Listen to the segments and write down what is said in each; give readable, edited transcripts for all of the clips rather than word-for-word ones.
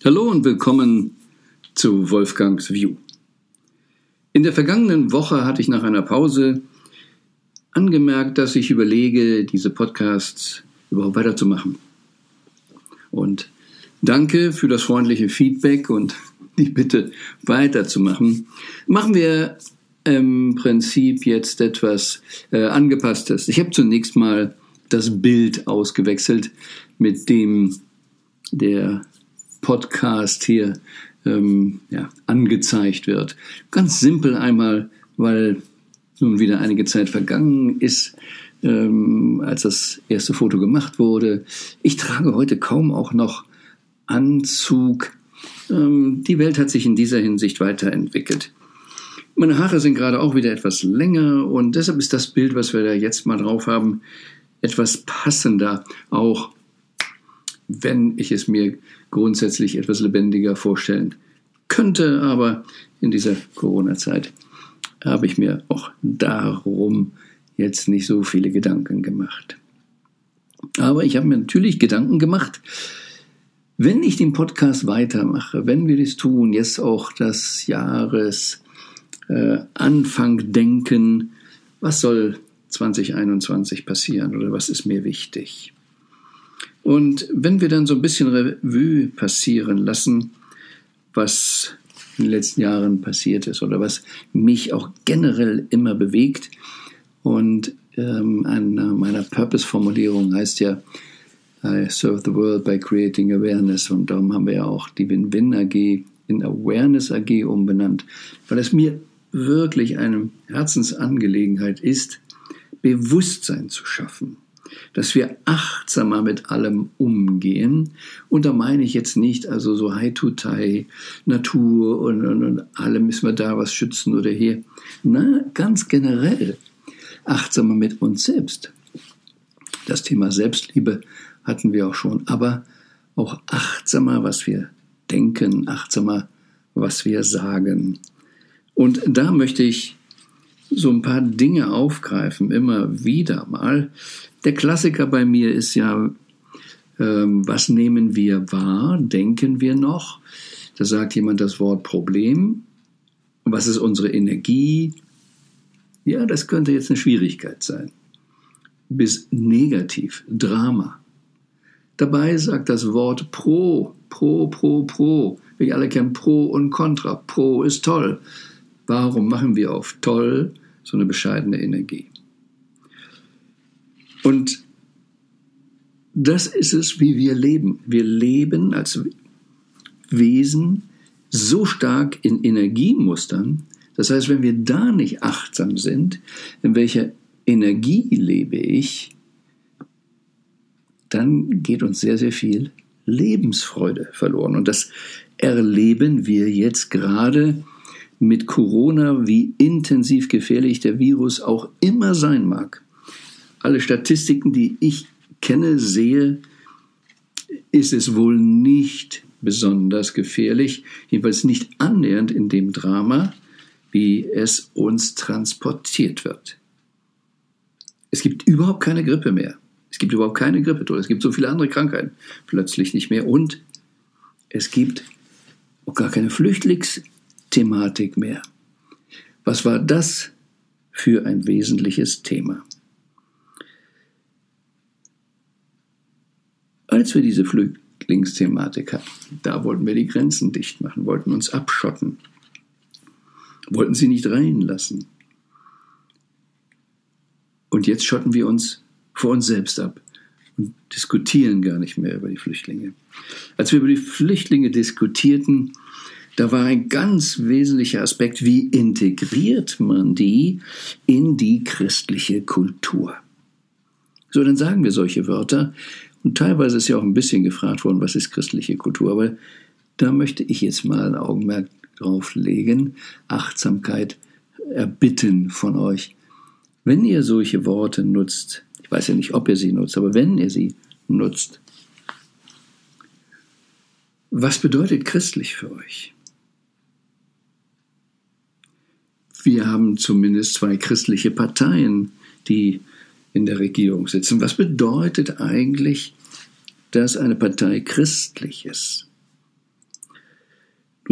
Hallo und willkommen zu Wolfgangs View. In der vergangenen Woche hatte ich nach einer Pause angemerkt, dass ich überlege, diese Podcasts überhaupt weiterzumachen. Und danke für das freundliche Feedback und die Bitte weiterzumachen. Machen wir im Prinzip jetzt etwas Angepasstes. Ich habe zunächst mal das Bild ausgewechselt, mit dem der Podcast hier angezeigt wird. Ganz simpel einmal, weil nun wieder einige Zeit vergangen ist, als das erste Foto gemacht wurde. Ich trage heute kaum auch noch Anzug. Die Welt hat sich in dieser Hinsicht weiterentwickelt. Meine Haare sind gerade auch wieder etwas länger und deshalb ist das Bild, was wir da jetzt mal drauf haben, etwas passender, auch wenn ich es mir grundsätzlich etwas lebendiger vorstellen könnte. Aber in dieser Corona-Zeit habe ich mir auch darum jetzt nicht so viele Gedanken gemacht. Aber ich habe mir natürlich Gedanken gemacht, wenn ich den Podcast weitermache, wenn wir das tun, jetzt auch das Jahresanfang denken, was soll 2021 passieren oder was ist mir wichtig? Und wenn wir dann so ein bisschen Revue passieren lassen, was in den letzten Jahren passiert ist oder was mich auch generell immer bewegt, und an meiner Purpose-Formulierung heißt ja, I serve the world by creating awareness, und darum haben wir ja auch die Win-Win AG in Awareness AG umbenannt, weil es mir wirklich eine Herzensangelegenheit ist, Bewusstsein zu schaffen, dass wir achtsamer mit allem umgehen. Und da meine ich jetzt nicht also so Hai-to-Tai, Natur und alle müssen wir da was schützen oder hier. Na, ganz generell achtsamer mit uns selbst. Das Thema Selbstliebe hatten wir auch schon, aber auch achtsamer, was wir denken, achtsamer, was wir sagen. Und da möchte ich so ein paar Dinge aufgreifen, immer wieder mal. Der Klassiker bei mir ist ja, was nehmen wir wahr, denken wir noch? Da sagt jemand das Wort Problem. Was ist unsere Energie? Ja, das könnte jetzt eine Schwierigkeit sein. Bis negativ, Drama. Dabei sagt das Wort Pro. Wir alle kennen Pro und Contra. Pro ist toll. Warum machen wir auf toll so eine bescheidene Energie? Und das ist es, wie wir leben. Wir leben als Wesen so stark in Energiemustern. Das heißt, wenn wir da nicht achtsam sind, in welcher Energie lebe ich, dann geht uns sehr, sehr viel Lebensfreude verloren. Und das erleben wir jetzt gerade mit Corona, wie intensiv gefährlich der Virus auch immer sein mag. Alle Statistiken, die ich kenne, sehe, ist es wohl nicht besonders gefährlich, jedenfalls nicht annähernd in dem Drama, wie es uns transportiert wird. Es gibt überhaupt keine Grippe mehr. Es gibt überhaupt keine Grippe. Es gibt so viele andere Krankheiten plötzlich nicht mehr. Und es gibt auch gar keine Flüchtlingsthematik mehr. Was war das für ein wesentliches Thema? Als wir diese Flüchtlingsthematik hatten, da wollten wir die Grenzen dicht machen, wollten uns abschotten, wollten sie nicht reinlassen. Und jetzt schotten wir uns vor uns selbst ab und diskutieren gar nicht mehr über die Flüchtlinge. Als wir über die Flüchtlinge diskutierten, da war ein ganz wesentlicher Aspekt, wie integriert man die in die christliche Kultur? So, dann sagen wir solche Wörter. Und teilweise ist ja auch ein bisschen gefragt worden, was ist christliche Kultur? Aber da möchte ich jetzt mal ein Augenmerk drauf legen, Achtsamkeit erbitten von euch. Wenn ihr solche Worte nutzt, ich weiß ja nicht, ob ihr sie nutzt, aber wenn ihr sie nutzt, was bedeutet christlich für euch? Wir haben zumindest 2 christliche Parteien, die in der Regierung sitzen. Was bedeutet eigentlich, dass eine Partei christlich ist?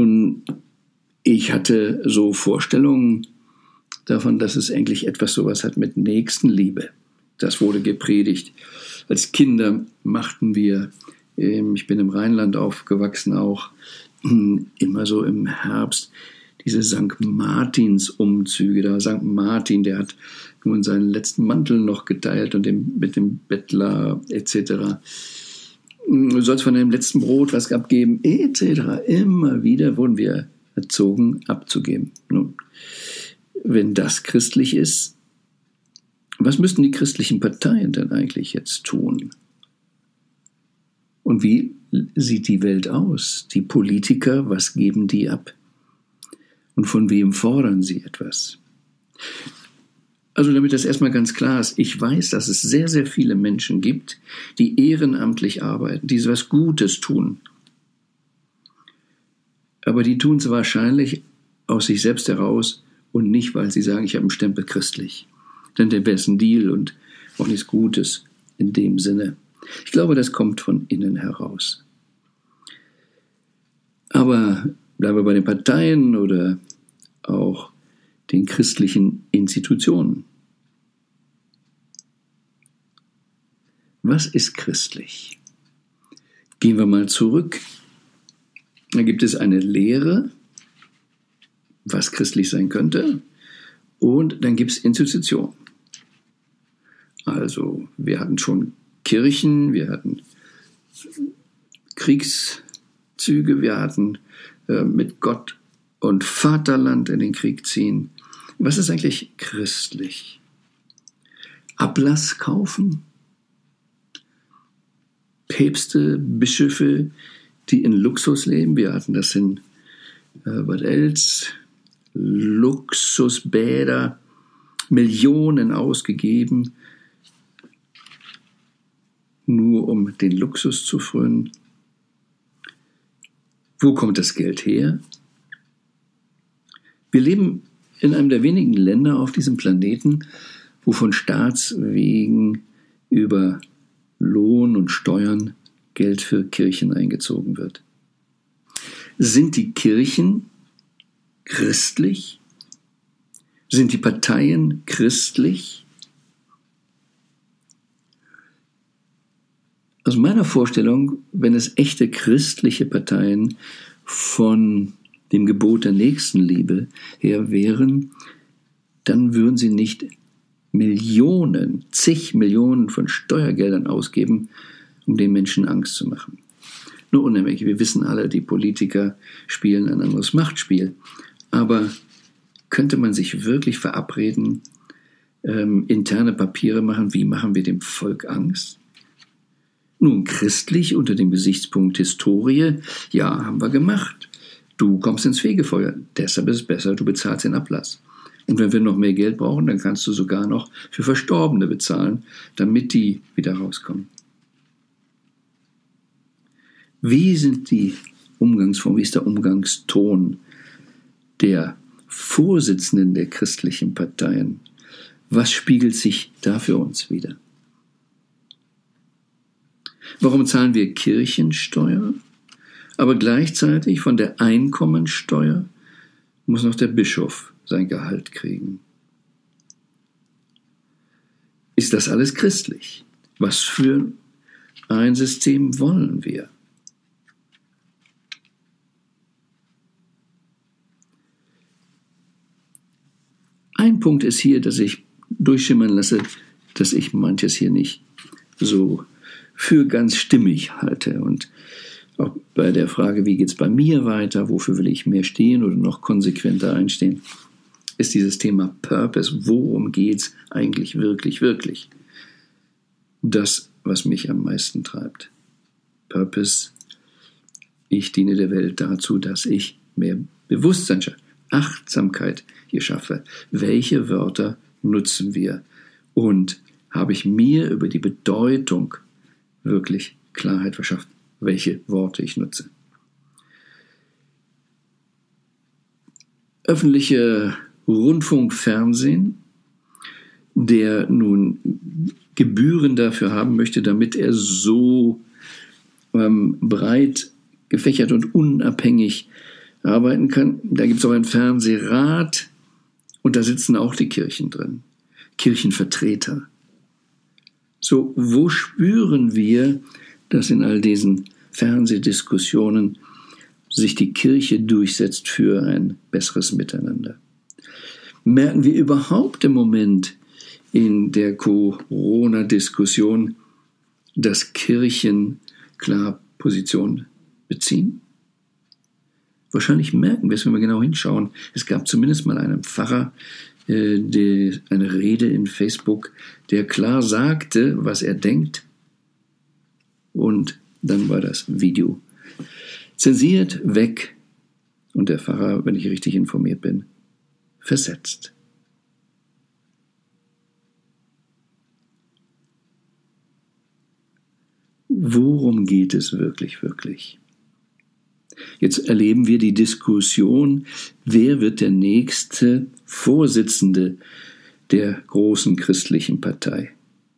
Und ich hatte so Vorstellungen davon, dass es eigentlich etwas sowas hat mit Nächstenliebe. Das wurde gepredigt. Als Kinder machten wir, ich bin im Rheinland aufgewachsen auch, immer so im Herbst, diese St. Martins-Umzüge. Da St. Martin, der hat nun seinen letzten Mantel noch geteilt und mit dem Bettler etc. Du sollst von deinem letzten Brot was abgeben etc. Immer wieder wurden wir erzogen, abzugeben. Nun, wenn das christlich ist, was müssten die christlichen Parteien denn eigentlich jetzt tun? Und wie sieht die Welt aus? Die Politiker, was geben die ab? Und von wem fordern sie etwas? Also damit das erstmal ganz klar ist, ich weiß, dass es sehr, sehr viele Menschen gibt, die ehrenamtlich arbeiten, die was Gutes tun. Aber die tun es wahrscheinlich aus sich selbst heraus und nicht, weil sie sagen, ich habe einen Stempel christlich. Denn der wäre es ein Deal und auch nichts Gutes in dem Sinne. Ich glaube, das kommt von innen heraus. Aber bleiben wir bei den Parteien oder auch den christlichen Institutionen. Was ist christlich? Gehen wir mal zurück. Da gibt es eine Lehre, was christlich sein könnte, und dann gibt es Institutionen. Also wir hatten schon Kirchen, wir hatten Kriegszüge, wir hatten mit Gott und Vaterland in den Krieg ziehen. Was ist eigentlich christlich? Ablass kaufen? Päpste, Bischöfe, die in Luxus leben. Wir hatten das in Bad Elz, Luxusbäder, Millionen ausgegeben, nur um den Luxus zu frönen. Wo kommt das Geld her? Wir leben in einem der wenigen Länder auf diesem Planeten, wo von Staatswegen über Lohn und Steuern Geld für Kirchen eingezogen wird. Sind die Kirchen christlich? Sind die Parteien christlich? Aus meiner Vorstellung, wenn es echte christliche Parteien von dem Gebot der Nächstenliebe her wären, dann würden sie nicht Millionen, zig Millionen von Steuergeldern ausgeben, um den Menschen Angst zu machen. Nur unheimlich, wir wissen alle, die Politiker spielen ein anderes Machtspiel. Aber könnte man sich wirklich verabreden, interne Papiere machen, wie machen wir dem Volk Angst? Nun, christlich unter dem Gesichtspunkt Historie, ja, haben wir gemacht. Du kommst ins Fegefeuer, deshalb ist es besser, du bezahlst den Ablass. Und wenn wir noch mehr Geld brauchen, dann kannst du sogar noch für Verstorbene bezahlen, damit die wieder rauskommen. Wie sind die Umgangsformen, wie ist der Umgangston der Vorsitzenden der christlichen Parteien? Was spiegelt sich da für uns wider? Warum zahlen wir Kirchensteuer? Aber gleichzeitig von der Einkommensteuer muss noch der Bischof sein Gehalt kriegen. Ist das alles christlich? Was für ein System wollen wir? Ein Punkt ist hier, dass ich durchschimmern lasse, dass ich manches hier nicht so für ganz stimmig halte. Und auch bei der Frage, wie geht es bei mir weiter, wofür will ich mehr stehen oder noch konsequenter einstehen, ist dieses Thema Purpose, worum geht es eigentlich wirklich, wirklich? Das, was mich am meisten treibt. Purpose, ich diene der Welt dazu, dass ich mehr Bewusstsein schaffe, Achtsamkeit hier schaffe. Welche Wörter nutzen wir? Und habe ich mir über die Bedeutung wirklich Klarheit verschafft, welche Worte ich nutze? Öffentlicher Rundfunk, Fernsehen, der nun Gebühren dafür haben möchte, damit er so breit gefächert und unabhängig arbeiten kann. Da gibt es auch einen Fernsehrat und da sitzen auch die Kirchen drin, Kirchenvertreter. So, wo spüren wir, dass in all diesen Fernsehdiskussionen sich die Kirche durchsetzt für ein besseres Miteinander? Merken wir überhaupt im Moment in der Corona-Diskussion, dass Kirchen klar Position beziehen? Wahrscheinlich merken wir es, wenn wir genau hinschauen. Es gab zumindest mal einen Pfarrer, eine Rede in Facebook, der klar sagte, was er denkt. Und dann war das Video zensiert, weg. Und der Pfarrer, wenn ich richtig informiert bin, versetzt. Worum geht es wirklich, wirklich? Jetzt erleben wir die Diskussion, wer wird der nächste Vorsitzende der großen christlichen Partei?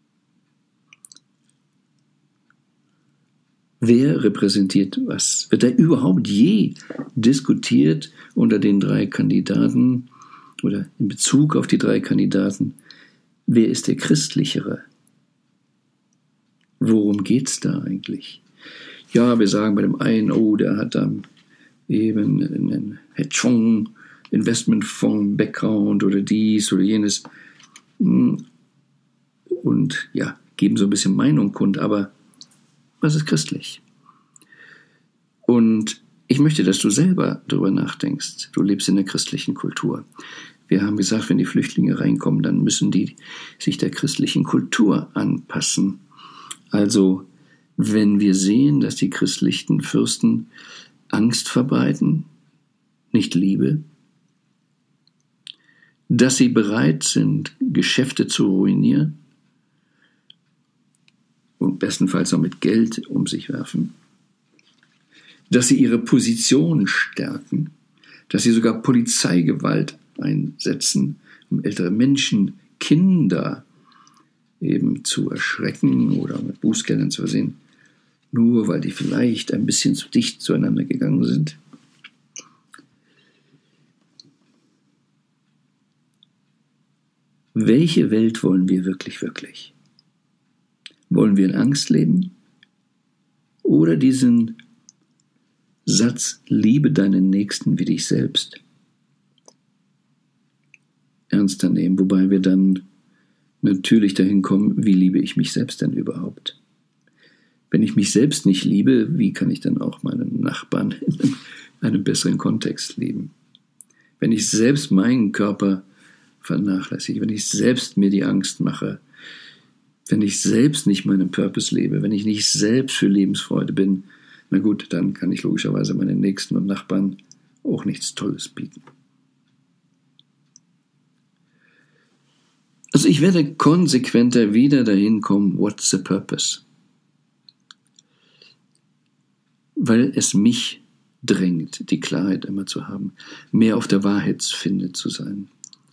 Wer repräsentiert was? Wird da überhaupt je diskutiert unter den 3 Kandidaten oder in Bezug auf die 3 Kandidaten? Wer ist der Christlichere? Worum geht's da eigentlich? Ja, wir sagen bei dem einen, oh, der hat dann eben einen Hedgefonds, Investmentfonds-Background oder dies oder jenes. Und ja, geben so ein bisschen Meinung kund, aber was ist christlich? Und ich möchte, dass du selber darüber nachdenkst. Du lebst in der christlichen Kultur. Wir haben gesagt, wenn die Flüchtlinge reinkommen, dann müssen die sich der christlichen Kultur anpassen. Also, wenn wir sehen, dass die christlichen Fürsten Angst verbreiten, nicht Liebe, dass sie bereit sind, Geschäfte zu ruinieren und bestenfalls noch mit Geld um sich werfen, dass sie ihre Position stärken, dass sie sogar Polizeigewalt einsetzen, um ältere Menschen, Kinder eben zu erschrecken oder mit Bußgeldern zu versehen, nur weil die vielleicht ein bisschen zu dicht zueinander gegangen sind. Welche Welt wollen wir wirklich, wirklich? Wollen wir in Angst leben? Oder diesen Satz, liebe deinen Nächsten wie dich selbst, ernster nehmen, wobei wir dann natürlich dahin kommen, wie liebe ich mich selbst denn überhaupt? Wenn ich mich selbst nicht liebe, wie kann ich dann auch meinen Nachbarn in einem besseren Kontext lieben? Wenn ich selbst meinen Körper vernachlässige, wenn ich selbst mir die Angst mache, wenn ich selbst nicht meinen Purpose lebe, wenn ich nicht selbst für Lebensfreude bin, na gut, dann kann ich logischerweise meinen Nächsten und Nachbarn auch nichts Tolles bieten. Also ich werde konsequenter wieder dahin kommen, what's the purpose? Weil es mich drängt, die Klarheit immer zu haben, mehr auf der Wahrheitsfinde zu sein.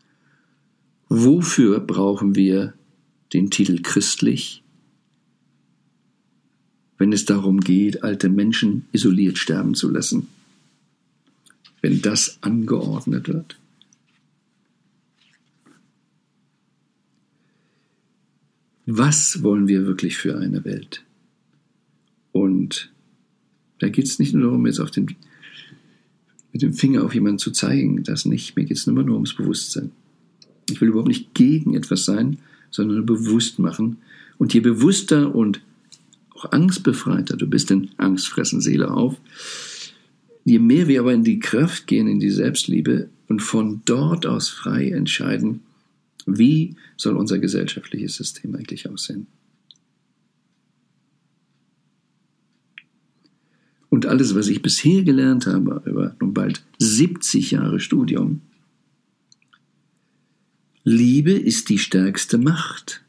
Wofür brauchen wir den Titel christlich, wenn es darum geht, alte Menschen isoliert sterben zu lassen? Wenn das angeordnet wird? Was wollen wir wirklich für eine Welt? Und da geht es nicht nur darum, jetzt mit dem Finger auf jemanden zu zeigen, das nicht. Mir geht es immer nur ums Bewusstsein. Ich will überhaupt nicht gegen etwas sein, sondern nur bewusst machen. Und je bewusster und auch angstbefreiter du bist, denn Angst fressen Seele auf, je mehr wir aber in die Kraft gehen, in die Selbstliebe und von dort aus frei entscheiden, wie soll unser gesellschaftliches System eigentlich aussehen. Und alles, was ich bisher gelernt habe, über nun bald 70 Jahre Studium, Liebe ist die stärkste Macht.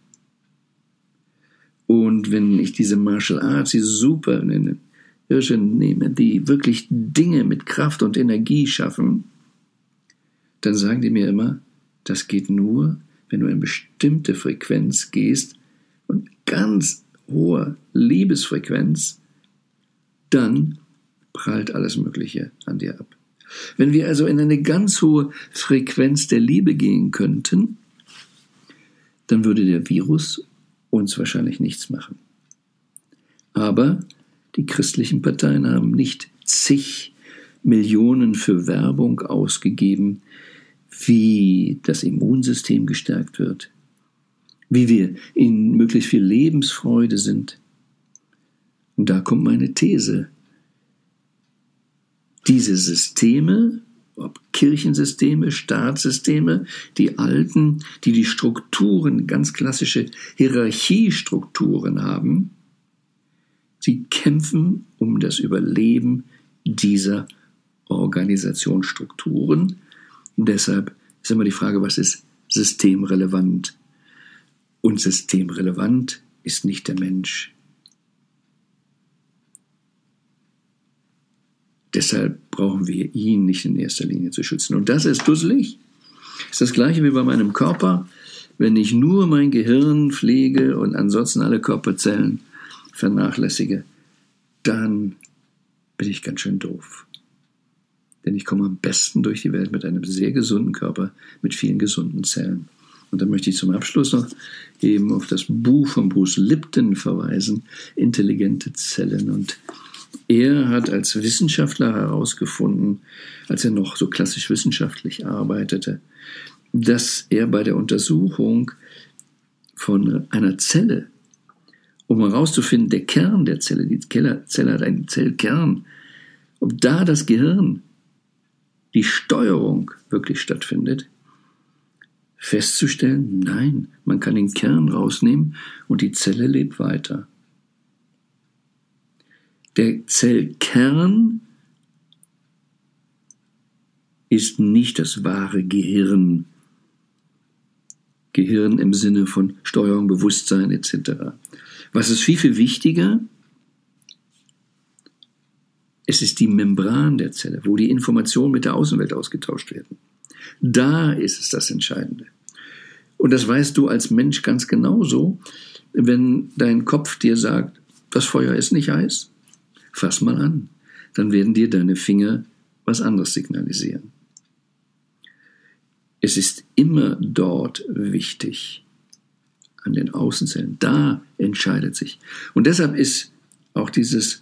Und wenn ich diese Martial Arts, diese super Hirsche nehme, die wirklich Dinge mit Kraft und Energie schaffen, dann sagen die mir immer, das geht nur, wenn du in eine bestimmte Frequenz gehst und ganz hohe Liebesfrequenz, dann prallt alles Mögliche an dir ab. Wenn wir also in eine ganz hohe Frequenz der Liebe gehen könnten, dann würde der Virus uns wahrscheinlich nichts machen. Aber die christlichen Parteien haben nicht zig Millionen für Werbung ausgegeben, wie das Immunsystem gestärkt wird, wie wir in möglichst viel Lebensfreude sind. Und da kommt meine These. Diese Systeme, ob Kirchensysteme, Staatssysteme, die alten, die Strukturen, ganz klassische Hierarchiestrukturen haben, sie kämpfen um das Überleben dieser Organisationsstrukturen. Und deshalb ist immer die Frage, was ist systemrelevant? Und systemrelevant ist nicht der Mensch. Deshalb brauchen wir ihn nicht in erster Linie zu schützen. Und das ist dusselig. Das ist das Gleiche wie bei meinem Körper. Wenn ich nur mein Gehirn pflege und ansonsten alle Körperzellen vernachlässige, dann bin ich ganz schön doof. Denn ich komme am besten durch die Welt mit einem sehr gesunden Körper, mit vielen gesunden Zellen. Und dann möchte ich zum Abschluss noch eben auf das Buch von Bruce Lipton verweisen, Intelligente Zellen. Und er hat als Wissenschaftler herausgefunden, als er noch so klassisch wissenschaftlich arbeitete, dass er bei der Untersuchung von einer Zelle, um herauszufinden, der Kern der Zelle, die Zelle hat einen Zellkern, ob da das Gehirn, die Steuerung wirklich stattfindet, festzustellen, nein, man kann den Kern rausnehmen und die Zelle lebt weiter. Der Zellkern ist nicht das wahre Gehirn. Gehirn im Sinne von Steuerung, Bewusstsein etc. Was ist viel, viel wichtiger? Es ist die Membran der Zelle, wo die Informationen mit der Außenwelt ausgetauscht werden. Da ist es das Entscheidende. Und das weißt du als Mensch ganz genauso, wenn dein Kopf dir sagt, das Feuer ist nicht heiß, fass mal an. Dann werden dir deine Finger was anderes signalisieren. Es ist immer dort wichtig, an den Außenzellen. Da entscheidet sich. Und deshalb ist auch dieses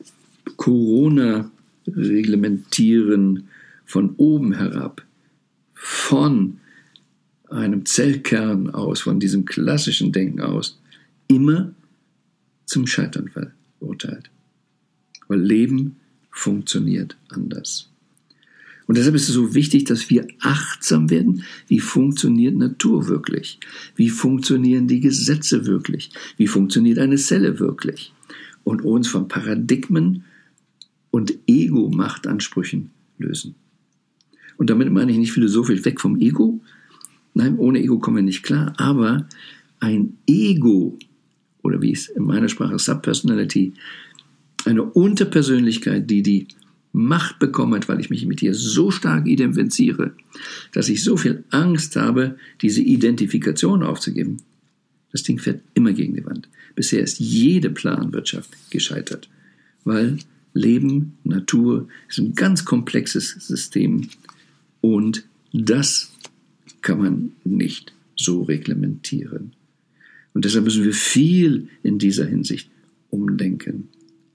Corona-Reglementieren von oben herab, von einem Zellkern aus, von diesem klassischen Denken aus, immer zum Scheitern verurteilt. Weil Leben funktioniert anders. Und deshalb ist es so wichtig, dass wir achtsam werden, wie funktioniert Natur wirklich? Wie funktionieren die Gesetze wirklich? Wie funktioniert eine Zelle wirklich? Und uns von Paradigmen und Ego-Machtansprüchen lösen. Und damit meine ich nicht philosophisch weg vom Ego. Nein, ohne Ego kommen wir nicht klar. Aber ein Ego, oder wie es in meiner Sprache Subpersonality, eine Unterpersönlichkeit, die Macht bekommen hat, weil ich mich mit ihr so stark identifiziere, dass ich so viel Angst habe, diese Identifikation aufzugeben. Das Ding fährt immer gegen die Wand. Bisher ist jede Planwirtschaft gescheitert, weil Leben, Natur ist ein ganz komplexes System und das kann man nicht so reglementieren. Und deshalb müssen wir viel in dieser Hinsicht umdenken.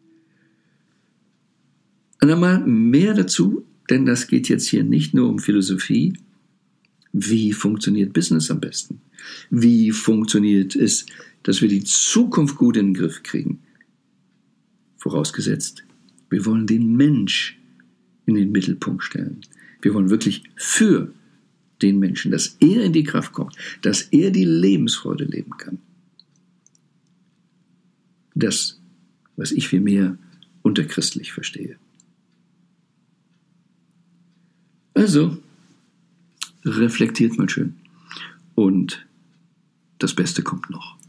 Und einmal mehr dazu, denn das geht jetzt hier nicht nur um Philosophie. Wie funktioniert Business am besten? Wie funktioniert es, dass wir die Zukunft gut in den Griff kriegen? Vorausgesetzt, wir wollen den Mensch in den Mittelpunkt stellen. Wir wollen wirklich für den Menschen, dass er in die Kraft kommt, dass er die Lebensfreude leben kann. Das, was ich vielmehr unter christlich verstehe. Also, reflektiert mal schön. Und das Beste kommt noch.